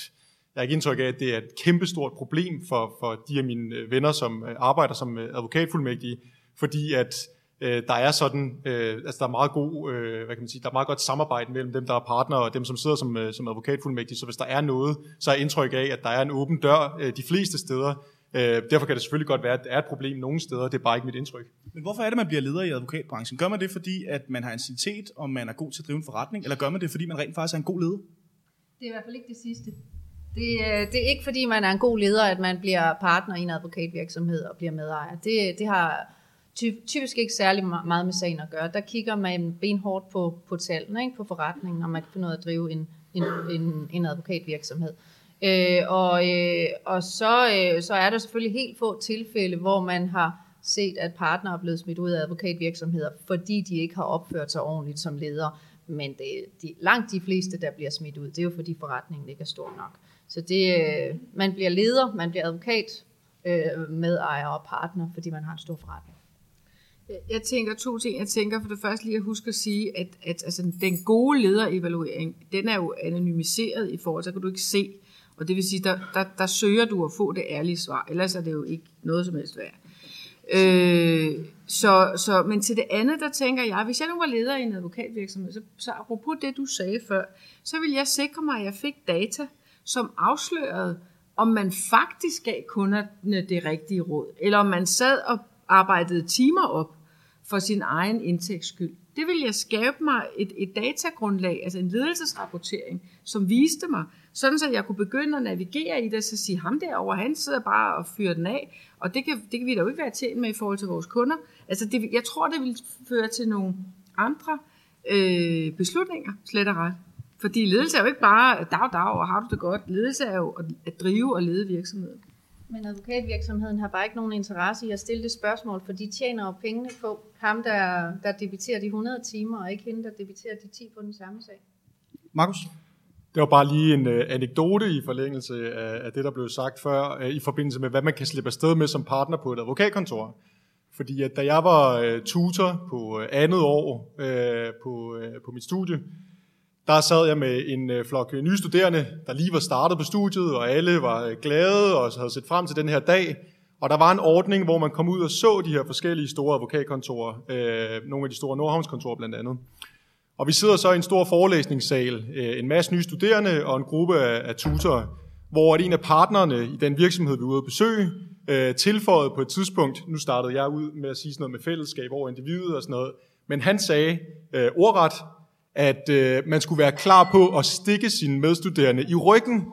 at det er et kæmpestort problem for de af mine venner, som arbejder som advokatfuldmægtige, fordi at der er sådan, altså der er meget god, hvad kan man sige, der er meget godt samarbejde mellem dem, der er partnere og dem, som sidder som advokatfuldmægtige. Så hvis der er noget, så er indtryk af, at der er en åben dør de fleste steder. Derfor kan det selvfølgelig godt være, at der er et problem nogle steder. Det er bare ikke mit indtryk. Men hvorfor er det, man bliver leder i advokatbranchen? Gør man det, fordi at man har anciennitet, og man er god til at drive en forretning, eller gør man det, fordi man rent faktisk er en god leder? Det er i hvert fald ikke det sidste. Det er ikke, fordi man er en god leder, at man bliver partner i en advokatvirksomhed og bliver medejer. Det har typisk ikke særlig meget med sagen at gøre. Der kigger man benhårdt på tallene, ikke? På forretningen, når man kan finde ud af at drive en advokatvirksomhed. Og så er der selvfølgelig helt få tilfælde, hvor man har set, at partnere er blevet smidt ud af advokatvirksomheder, fordi de ikke har opført sig ordentligt som ledere. Men langt de fleste, der bliver smidt ud, det er jo fordi forretningen ikke er stor nok. Så man bliver leder, man bliver advokat, medejer og partner, fordi man har en stor forretning. Jeg tænker to ting. Jeg tænker for det første lige at huske at sige, at altså, den gode lederevaluering, den er jo anonymiseret i forhold til, så kan du ikke se. Og det vil sige, der søger du at få det ærlige svar, ellers er det jo ikke noget som helst værd. Men til det andet, der tænker jeg, hvis jeg nu var leder i en advokatvirksomhed, så apropos det, du sagde før, så vil jeg sikre mig, at jeg fik data, som afslørede, om man faktisk gav kunderne det rigtige råd, eller om man sad og arbejdede timer op for sin egen indtægts skyld. Det vil jeg skabe mig et datagrundlag, altså en ledelsesrapportering, som viste mig, sådan så jeg kunne begynde at navigere i det, og så sige, ham derovre, han sidder bare og fyrer den af, og det kan vi da jo ikke være tjent med i forhold til vores kunder. Altså jeg tror, det vil føre til nogle andre beslutninger, slet og ret. Fordi ledelse er jo ikke bare dag, og har du det godt. Ledelse er jo at drive og lede virksomheden. Men advokatvirksomheden har bare ikke nogen interesse i at stille det spørgsmål, for de tjener jo pengene på ham, der debiterer de 100 timer, og ikke hende, der debiterer de 10 på den samme sag. Markus? Det var bare lige en anekdote i forlængelse af det, der blev sagt før, i forbindelse med, hvad man kan slippe afsted med som partner på et advokatkontor. Fordi at da jeg var tutor på andet år på mit studie, der sad jeg med en flok nye studerende, der lige var startet på studiet, og alle var glade og havde set frem til den her dag. Og der var en ordning, hvor man kom ud og så de her forskellige store advokatkontorer, nogle af de store Nordhavnskontorer blandt andet. Og vi sidder så i en stor forelæsningssal, en masse nye studerende og en gruppe af tutorer, hvor en af partnerne i den virksomhed, vi var ude at besøge, tilføjede på et tidspunkt, nu startede jeg ud med at sige sådan noget med fællesskab over individet og sådan noget, men han sagde ordret, at man skulle være klar på at stikke sine medstuderende i ryggen.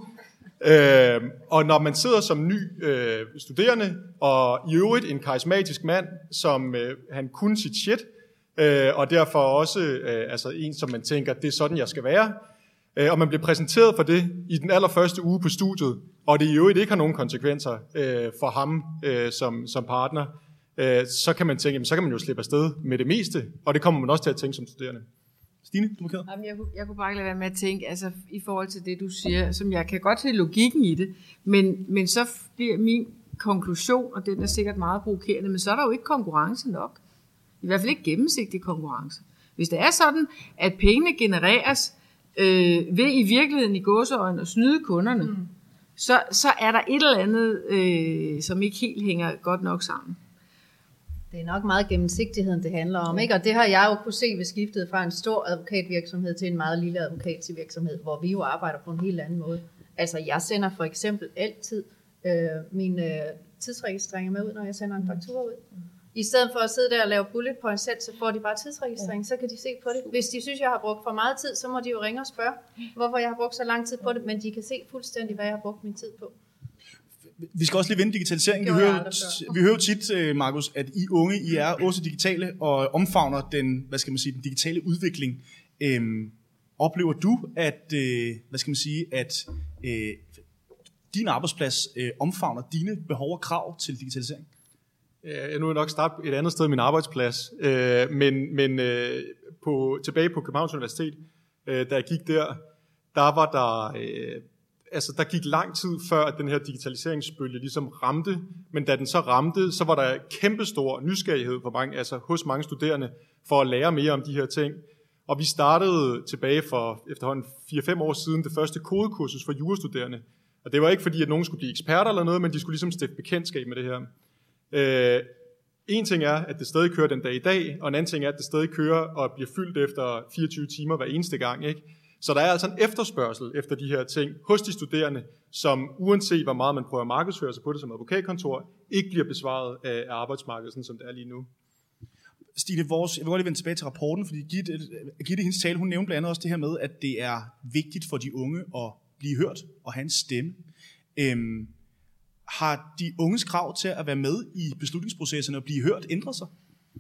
Og når man sidder som ny studerende, og i øvrigt en karismatisk mand, som han kunne sit shit, og derfor også altså en, som man tænker, det er sådan, jeg skal være, og man bliver præsenteret for det i den allerførste uge på studiet, og det i øvrigt ikke har nogen konsekvenser for ham som partner, så kan man tænke, jamen, så kan man jo slippe afsted med det meste, og det kommer man også til at tænke som studerende. Stine, du markerede? Jeg kunne bare ikke lade være med at tænke, altså i forhold til det, du siger, som jeg kan godt se logikken i det, men så bliver min konklusion, og den er sikkert meget provokerende, men så er der jo ikke konkurrence nok. I hvert fald ikke gennemsigtig konkurrence. Hvis det er sådan, at pengene genereres ved i virkeligheden i gåseøjne at snyde kunderne, så er der et eller andet, som ikke helt hænger godt nok sammen. Det er nok meget gennemsigtigheden, det handler om, ikke? Og det har jeg jo kunne se ved skiftet fra en stor advokatvirksomhed til en meget lille advokatvirksomhed, hvor vi jo arbejder på en helt anden måde. Altså, jeg sender for eksempel altid mine tidsregistreringer med ud, når jeg sender en faktura ud. I stedet for at sidde der og lave bullet points selv, så får de bare tidsregistrering, så kan de se på det. Hvis de synes, jeg har brugt for meget tid, så må de jo ringe og spørge, hvorfor jeg har brugt så lang tid på det, men de kan se fuldstændig, hvad jeg har brugt min tid på. Vi skal også lige vende digitalisering. Vi hører jo tit, Markus, at I unge, I er også digitale og omfavner den, den digitale udvikling. Oplever du, at, at din arbejdsplads omfavner dine behov og krav til digitalisering? Jeg nu vil nok starte et andet sted i min arbejdsplads, men tilbage på Københavns Universitet, da jeg gik der var der... der gik lang tid før, at den her digitaliseringsbølge ligesom ramte, men da den så ramte, så var der kæmpestor nysgerrighed hos mange studerende for at lære mere om de her ting. Og vi startede tilbage for efterhånden 4-5 år siden det første kodekursus for jurastuderende. Og det var ikke fordi, at nogen skulle blive eksperter eller noget, men de skulle ligesom stifte bekendtskab med det her. En ting er, at det stadig kører den dag i dag, og en anden ting er, at det stadig kører og bliver fyldt efter 24 timer hver eneste gang, ikke? Så der er altså en efterspørgsel efter de her ting hos de studerende, som uanset hvor meget man prøver at markedsføre sig på det som advokatkontor, ikke bliver besvaret af arbejdsmarkedet, sådan som det er lige nu. Stine, jeg vil godt lige vende tilbage til rapporten, fordi Gitte hendes tale, hun nævnte blandt andet også det her med, at det er vigtigt for de unge at blive hørt og have en stemme. Har de unges krav til at være med i beslutningsprocesserne og blive hørt ændret sig?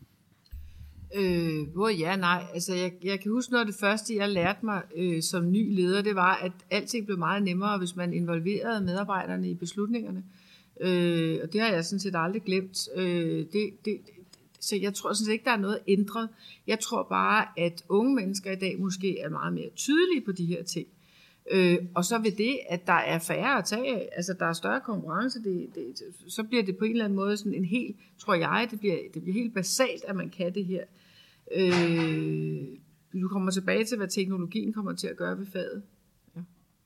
Både ja og nej. Altså, jeg kan huske noget af det første, jeg lærte mig som ny leder, det var, at alting blev meget nemmere, hvis man involverede medarbejderne i beslutningerne. Og det har jeg sådan set aldrig glemt. Så jeg tror sådan set ikke, der er noget ændret. Jeg tror bare, at unge mennesker i dag måske er meget mere tydelige på de her ting. Og så ved det, at der er færre at tage af, altså der er større konkurrence, så bliver det på en eller anden måde sådan en helt, tror jeg, det bliver helt basalt, at man kan det her. Du kommer tilbage til, hvad teknologien kommer til at gøre ved faget. Ja.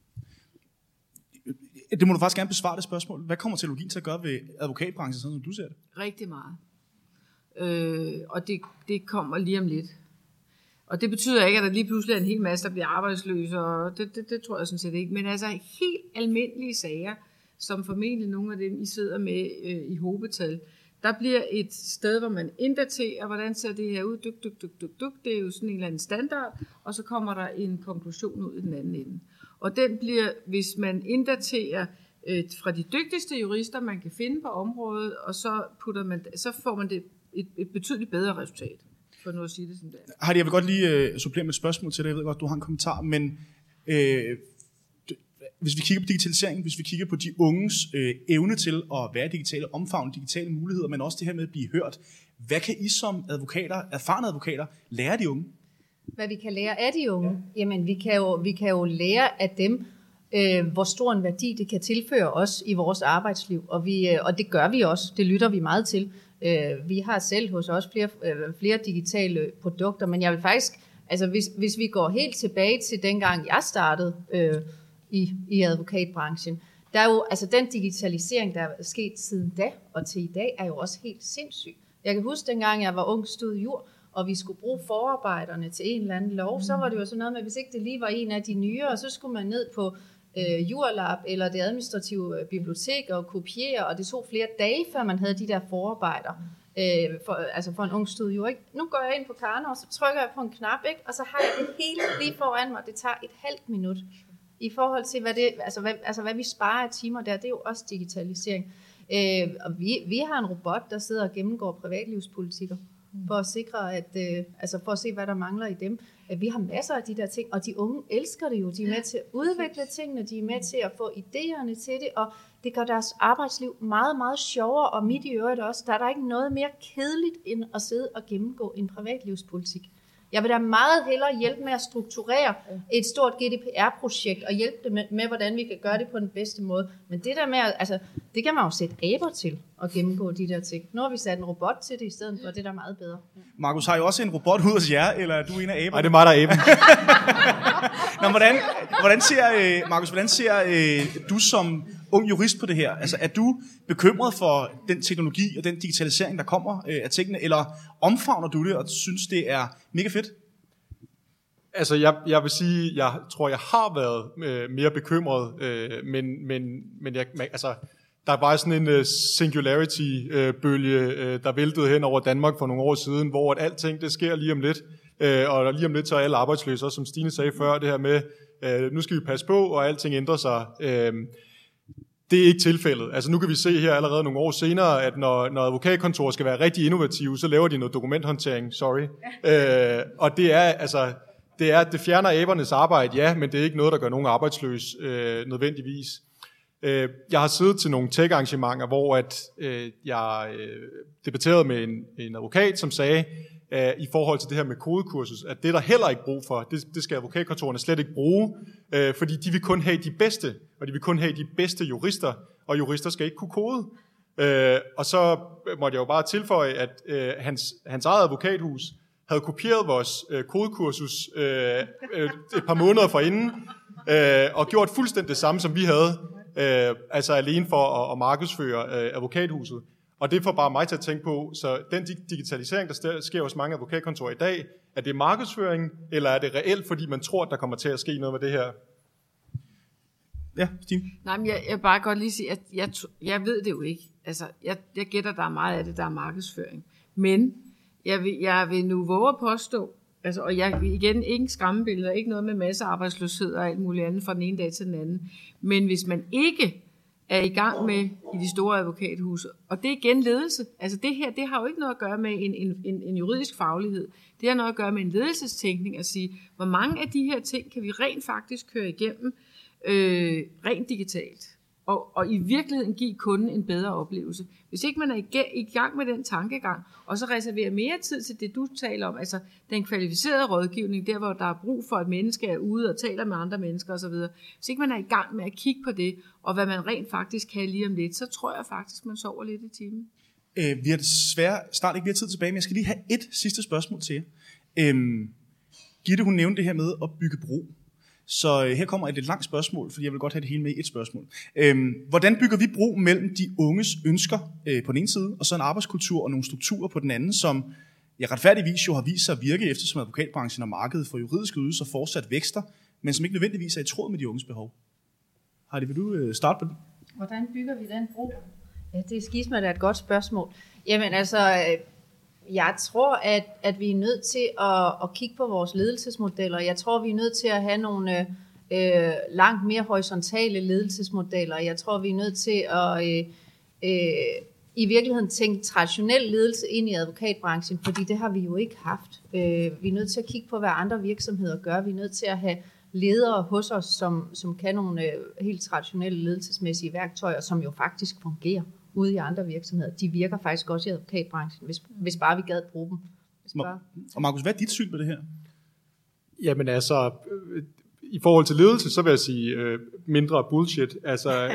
Det må du faktisk gerne besvare det spørgsmål. Hvad kommer teknologien til at gøre ved advokatbranchen, sådan som du ser det? Rigtig meget. Og det kommer lige om lidt. Og det betyder ikke, at der lige pludselig er en hel masse, der bliver arbejdsløse, og det tror jeg sådan set ikke. Men altså helt almindelige sager, som formentlig nogle af dem, I sidder med i hobetal, der bliver et sted, hvor man inddaterer, hvordan ser det her ud, det er jo sådan en eller anden standard, og så kommer der en konklusion ud i den anden ende. Og den bliver, hvis man inddaterer fra de dygtigste jurister, man kan finde på området, og så får man det et betydeligt bedre resultat. For nu at sige det sådan der. Heidi, jeg vil godt lige supplere med et spørgsmål til dig. Jeg ved godt, du har en kommentar, men hvis vi kigger på digitalisering, hvis vi kigger på de unges evne til at være digitale, omfavne digitale muligheder, men også det her med at blive hørt. Hvad kan I som advokater, erfarne advokater, lære de unge? Hvad vi kan lære af de unge? Jamen, vi kan jo lære af dem, hvor stor en værdi det kan tilføre os i vores arbejdsliv. Og det gør vi også. Det lytter vi meget til. Vi har selv hos os flere digitale produkter, men jeg vil faktisk, altså hvis vi går helt tilbage til dengang jeg startede i advokatbranchen, der er jo, altså den digitalisering, der er sket siden da og til i dag, er jo også helt sindssyg. Jeg kan huske dengang jeg var ung, stod jur, og vi skulle bruge forarbejderne til en eller anden lov, så var det jo sådan noget med, hvis ikke det lige var en af de nyere, så skulle man ned på Jurlab eller det administrative bibliotek og kopiere, og det tog flere dage, før man havde de der forarbejder. For en ung stod jo ikke. Nu går jeg ind på Karno, og så trykker jeg på en knap, ikke? Og så har jeg det hele lige foran mig. Det tager et halvt minut. I forhold til, hvad vi sparer af timer der, det er jo også digitalisering. Og vi har en robot, der sidder og gennemgår privatlivspolitikker, for at sikre, for at se, hvad der mangler i dem. Vi har masser af de der ting, og de unge elsker det jo. De er med til at udvikle tingene, de er med til at få idéerne til det, og det gør deres arbejdsliv meget, meget sjovere, og midt i øvrigt også. Der er der ikke noget mere kedeligt, end at sidde og gennemgå en privatlivspolitik. Jeg vil da meget hellere hjælpe med at strukturere et stort GDPR-projekt, og hjælpe dem med, hvordan vi kan gøre det på den bedste måde. Men det der med, det kan man jo sætte aber til at gennemgå de der ting. Nu har vi sat en robot til det i stedet for, det er da meget bedre. Markus, har I også en robot ud hos jer, eller er du en af aberne? Nej, det er mig, der er aben. Nå, Markus, hvordan ser du som ung jurist på det her? Altså, er du bekymret for den teknologi og den digitalisering, der kommer af tingene, eller omfavner du det og synes, det er mega fedt? Altså, jeg vil sige, jeg tror, jeg har været mere bekymret, men der er bare sådan en singularity-bølge, der væltede hen over Danmark for nogle år siden, hvor at alting, det sker lige om lidt, og lige om lidt så er alle arbejdsløse, som Stine sagde før, det her med, nu skal vi passe på, og alting ændrer sig. Det er ikke tilfældet. Altså nu kan vi se her allerede nogle år senere, at når advokatkontorer skal være rigtig innovative, så laver de noget dokumenthåndtering, og det fjerner abernes arbejde, ja, men det er ikke noget, der gør nogen arbejdsløs nødvendigvis. Jeg har siddet til nogle tech-arrangementer, hvor jeg debatterede med en advokat, som sagde, i forhold til det her med kodekursus, at det er der heller ikke brug for. Det skal advokatkontorerne slet ikke bruge, fordi de vil kun have de bedste, og de vil kun have de bedste jurister, og jurister skal ikke kunne kode. Og så måtte jeg jo bare tilføje, at hans eget advokathus havde kopieret vores kodekursus et par måneder forinden, og gjort fuldstændig det samme, som vi havde, altså alene for at markedsføre advokathuset. Og det får bare mig til at tænke på, så den digitalisering, der sker hos mange advokatkontorer i dag, er det markedsføring, eller er det reelt, fordi man tror, at der kommer til at ske noget med det her? Ja, Stine? Nej, men jeg vil bare godt lige sige, at jeg ved det jo ikke. Altså, jeg gætter, der er meget af det, der er markedsføring. Men jeg vil nu våge at påstå, altså, og jeg igen ikke skræmmebilleder, ikke noget med massearbejdsløshed og alt muligt andet fra den ene dag til den anden. Men hvis man ikke er i gang med i de store advokathuse, og det er igen ledelse. Altså det her, det har jo ikke noget at gøre med en juridisk faglighed. Det har noget at gøre med en ledelsestænkning at sige, hvor mange af de her ting kan vi rent faktisk køre igennem rent digitalt. Og i virkeligheden give kunden en bedre oplevelse. Hvis ikke man er i gang med den tankegang, og så reserverer mere tid til det, du taler om, altså den kvalificerede rådgivning, der hvor der er brug for, at mennesker er ude og taler med andre mennesker osv. Hvis ikke man er i gang med at kigge på det, og hvad man rent faktisk kan lige om lidt, så tror jeg faktisk, man sover lidt i timen. Vi har desværre snart ikke mere tid tilbage, men jeg skal lige have et sidste spørgsmål til jer. Gitte, hun nævnte det her med at bygge bro. Så her kommer et lidt langt spørgsmål, fordi jeg vil godt have det hele med i et spørgsmål. Hvordan bygger vi bro mellem de unges ønsker på den ene side, og så en arbejdskultur og nogle strukturer på den anden, som retfærdigvis jo har vist sig at virke, eftersom advokatbranchen og markedet for juridiske ydelser fortsat vækster, men som ikke nødvendigvis er i tråd med de unges behov? Heidi, vil du starte på det? Hvordan bygger vi den bro? Ja, det er skisme, det er et godt spørgsmål. Jamen altså, jeg tror, at vi er nødt til at kigge på vores ledelsesmodeller. Jeg tror, vi er nødt til at have nogle langt mere horisontale ledelsesmodeller. Jeg tror, vi er nødt til at i virkeligheden tænke traditionel ledelse ind i advokatbranchen, fordi det har vi jo ikke haft. Vi er nødt til at kigge på, hvad andre virksomheder gør. Vi er nødt til at have ledere hos os, som kan nogle helt traditionelle ledelsesmæssige værktøjer, som jo faktisk fungerer ude i andre virksomheder. De virker faktisk også i advokatbranchen, hvis bare vi gad bruge dem. Og Markus, hvad er dit syn på det her? Jamen altså, i forhold til ledelse, så vil jeg sige mindre bullshit. Altså,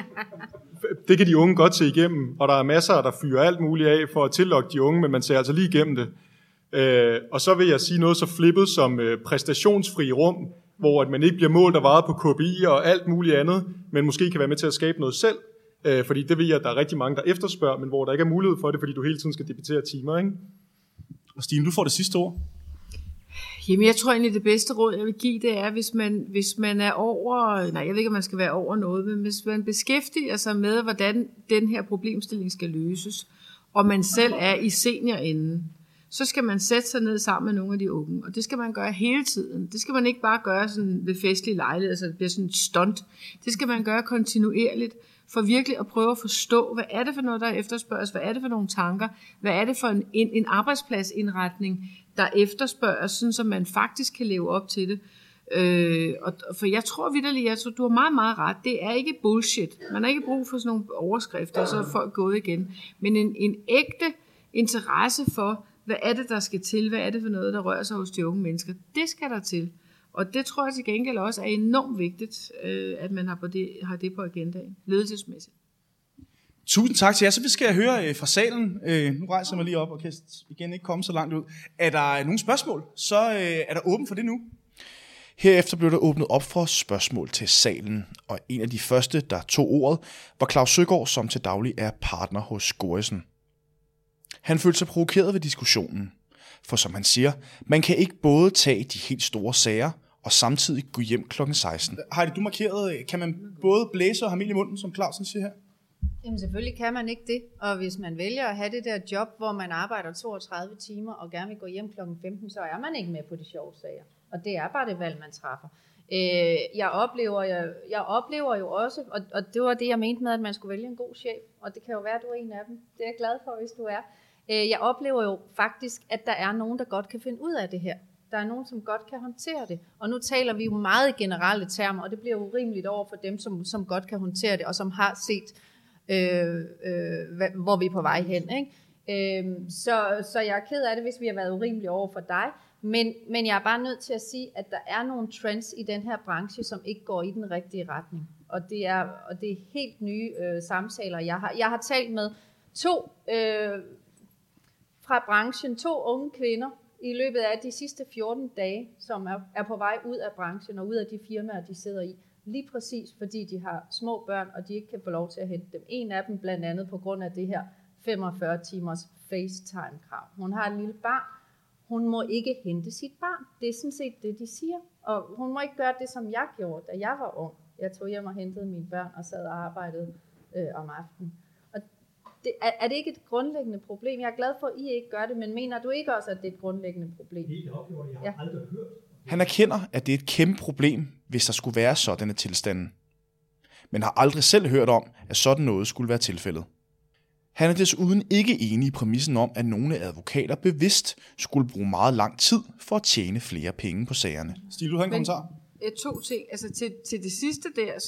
det kan de unge godt se igennem, og der er masser, der fyrer alt muligt af for at tillokke de unge, men man ser altså lige igennem det. Og så vil jeg sige noget så flippet som præstationsfri rum, hvor at man ikke bliver målt og vejet på KPI og alt muligt andet, men måske kan være med til at skabe noget selv. Fordi det ved jeg, at der er rigtig mange, der efterspørger, men hvor der ikke er mulighed for det, fordi du hele tiden skal debattere timer, ikke? Og Stine, du får det sidste ord. Jamen, jeg tror egentlig, det bedste råd, jeg vil give, det er, hvis man er over, jeg ved ikke, om man skal være over noget, men hvis man beskæftiger sig med, hvordan den her problemstilling skal løses, og man selv er i seniorenden, så skal man sætte sig ned sammen med nogle af de unge, og det skal man gøre hele tiden. Det skal man ikke bare gøre sådan ved festlige lejligheder, så det bliver sådan et stunt. Det skal man gøre kontinuerligt, for virkelig at prøve at forstå, hvad er det for noget, der efterspørges, hvad er det for nogle tanker, hvad er det for en arbejdspladsindretning, der efterspørges, sådan så man faktisk kan leve op til det. For jeg tror vitterligt, du har meget, meget ret. Det er ikke bullshit. Man har ikke brug for sådan nogle overskrifter, og så er folk gået igen. Men en ægte interesse for, hvad er det, der skal til, hvad er det for noget, der rører sig hos de unge mennesker, det skal der til. Og det tror jeg til gengæld også er enormt vigtigt, at man har det på agendaen, ledelsesmæssigt. Tusind tak til jer. Så skal jeg høre fra salen. Nu rejser jeg mig lige op og kan igen ikke komme så langt ud. Er der nogle spørgsmål, så er der åben for det nu. Herefter blev der åbnet op for spørgsmål til salen, og en af de første, der tog ordet, var Claus Søgaard, som til daglig er partner hos Gorrissen. Han følte sig provokeret ved diskussionen, for som han siger, man kan ikke både tage de helt store sager og samtidig gå hjem kl. 16. Heidi, du markerede, kan man både blæse og have mel i munden, som Clausen siger her? Jamen selvfølgelig kan man ikke det, og hvis man vælger at have det der job, hvor man arbejder 32 timer og gerne vil gå hjem kl. 15, så er man ikke med på de sjove sager. Og det er bare det valg, man træffer. Jeg oplever jo også, og det var det, jeg mente med, at man skulle vælge en god chef, og det kan jo være, at du er en af dem. Det er jeg glad for, hvis du er. Jeg oplever jo faktisk, at der er nogen, der godt kan finde ud af det her. Der er nogen, som godt kan håndtere det. Og nu taler vi jo meget i generelle termer, og det bliver urimeligt over for dem, som godt kan håndtere det, og som har set, hvor vi er på vej hen. Ikke? Så jeg er ked af det, hvis vi har været urimelige over for dig. Men jeg er bare nødt til at sige, at der er nogle trends i den her branche, som ikke går i den rigtige retning. Og det er helt nye samtaler. Jeg har talt med to fra branchen, 2 unge kvinder, i løbet af de sidste 14 dage, som er på vej ud af branchen og ud af de firmaer, de sidder i. Lige præcis fordi de har små børn, og de ikke kan få lov til at hente dem. En af dem blandt andet på grund af det her 45 timers FaceTime-krav. Hun har et lille barn. Hun må ikke hente sit barn. Det er sådan set det, de siger. Og hun må ikke gøre det, som jeg gjorde, da jeg var ung. Jeg tog hjem og hentede mine børn og sad og arbejdede om aftenen. Er det ikke et grundlæggende problem? Jeg er glad for, at I ikke gør det, men mener du ikke også, at det er et grundlæggende problem? Helt opgjort. Jeg har aldrig hørt. Han erkender, at det er et kæmpe problem, hvis der skulle være sådanne tilstande. Men har aldrig selv hørt om, at sådan noget skulle være tilfældet. Han er desuden ikke enig i præmissen om, at nogle advokater bevidst skulle bruge meget lang tid for at tjene flere penge på sagerne. Stine, du har en kommentar? 2 ting. Altså til det sidste der,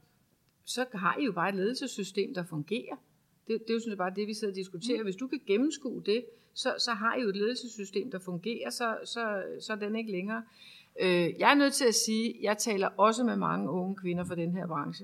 så har I jo bare et ledelsessystem, der fungerer. Det er jo sådan bare det, vi sidder og diskuterer. Hvis du kan gennemskue det, så har I jo et ledelsessystem, der fungerer, så er den ikke længere. Jeg er nødt til at sige, at jeg taler også med mange unge kvinder fra den her branche,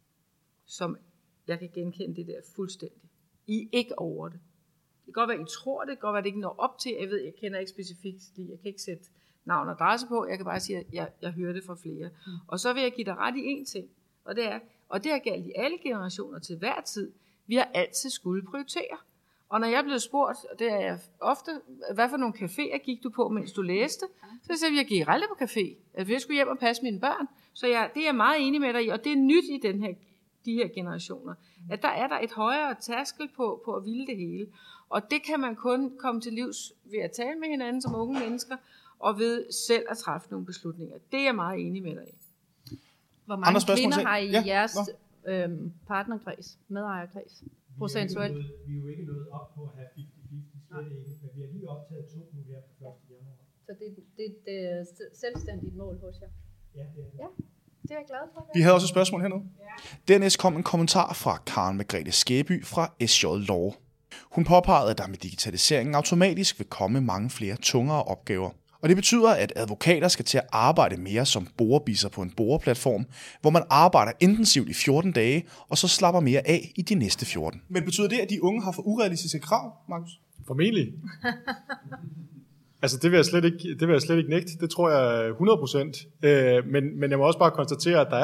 som jeg kan genkende det der fuldstændig. I er ikke over det. Det kan godt være, I tror det, det kan godt være, det ikke når op til. Jeg kender ikke specifikt, jeg kan ikke sætte navn og adresse på, jeg kan bare sige, at jeg hører det fra flere. Og så vil jeg give dig ret i en ting, og det har galt i alle generationer til hver tid. Vi har altid skulle prioritere. Og når jeg er blevet spurgt, og det er jeg ofte, hvad for nogle caféer gik du på, mens du læste, så siger jeg, at jeg gik aldrig på café. Altså, jeg skulle hjem og passe mine børn. Så det er jeg meget enig med dig i, og det er nyt i de her generationer, at der er et højere tærskel på at ville det hele. Og det kan man kun komme til livs ved at tale med hinanden som unge mennesker, og ved selv at træffe nogle beslutninger. Det er jeg meget enig med dig i. Hvor mange kvinder har I jeres partnerkreds, medejerkreds, procentuelt? Vi er jo ikke nået op på at have 50-50, slet ikke, men vi har lige optaget 2 nu her på 1. januar. Så det er et selvstændigt mål hos jer? Det er jeg glad for. Vi havde også et spørgsmål hernede. Dernæst kom en kommentar fra Karen Margrethe Skæby fra SJ Law. Hun påpegede, at der med digitaliseringen automatisk vil komme mange flere tungere opgaver. Og det betyder, at advokater skal til at arbejde mere som borebisser på en boreplatform, hvor man arbejder intensivt i 14 dage, og så slapper mere af i de næste 14. Men betyder det, at de unge har for urealistiske krav, Markus? Formentlig. Altså, det vil jeg slet ikke nægte. Det tror jeg 100%. Men jeg må også bare konstatere, at der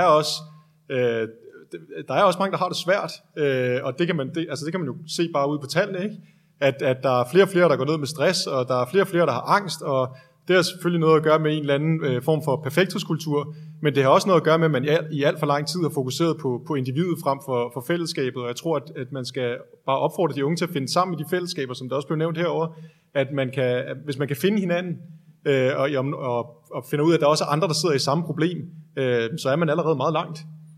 er også mange, der har det svært. Og det kan man jo se bare ud på tallene, ikke? At der er flere og flere, der går ned med stress, og der er flere og flere, der har angst, og det har selvfølgelig noget at gøre med en eller anden form for perfekthedskultur, men det har også noget at gøre med, at man i alt for lang tid har fokuseret på individet frem for fællesskabet, og jeg tror, at man skal bare opfordre de unge til at finde sammen i de fællesskaber, som der også blev nævnt herovre, at hvis man kan finde hinanden, og finder ud af, at der også er andre, der sidder i samme problem, så er man allerede meget langt.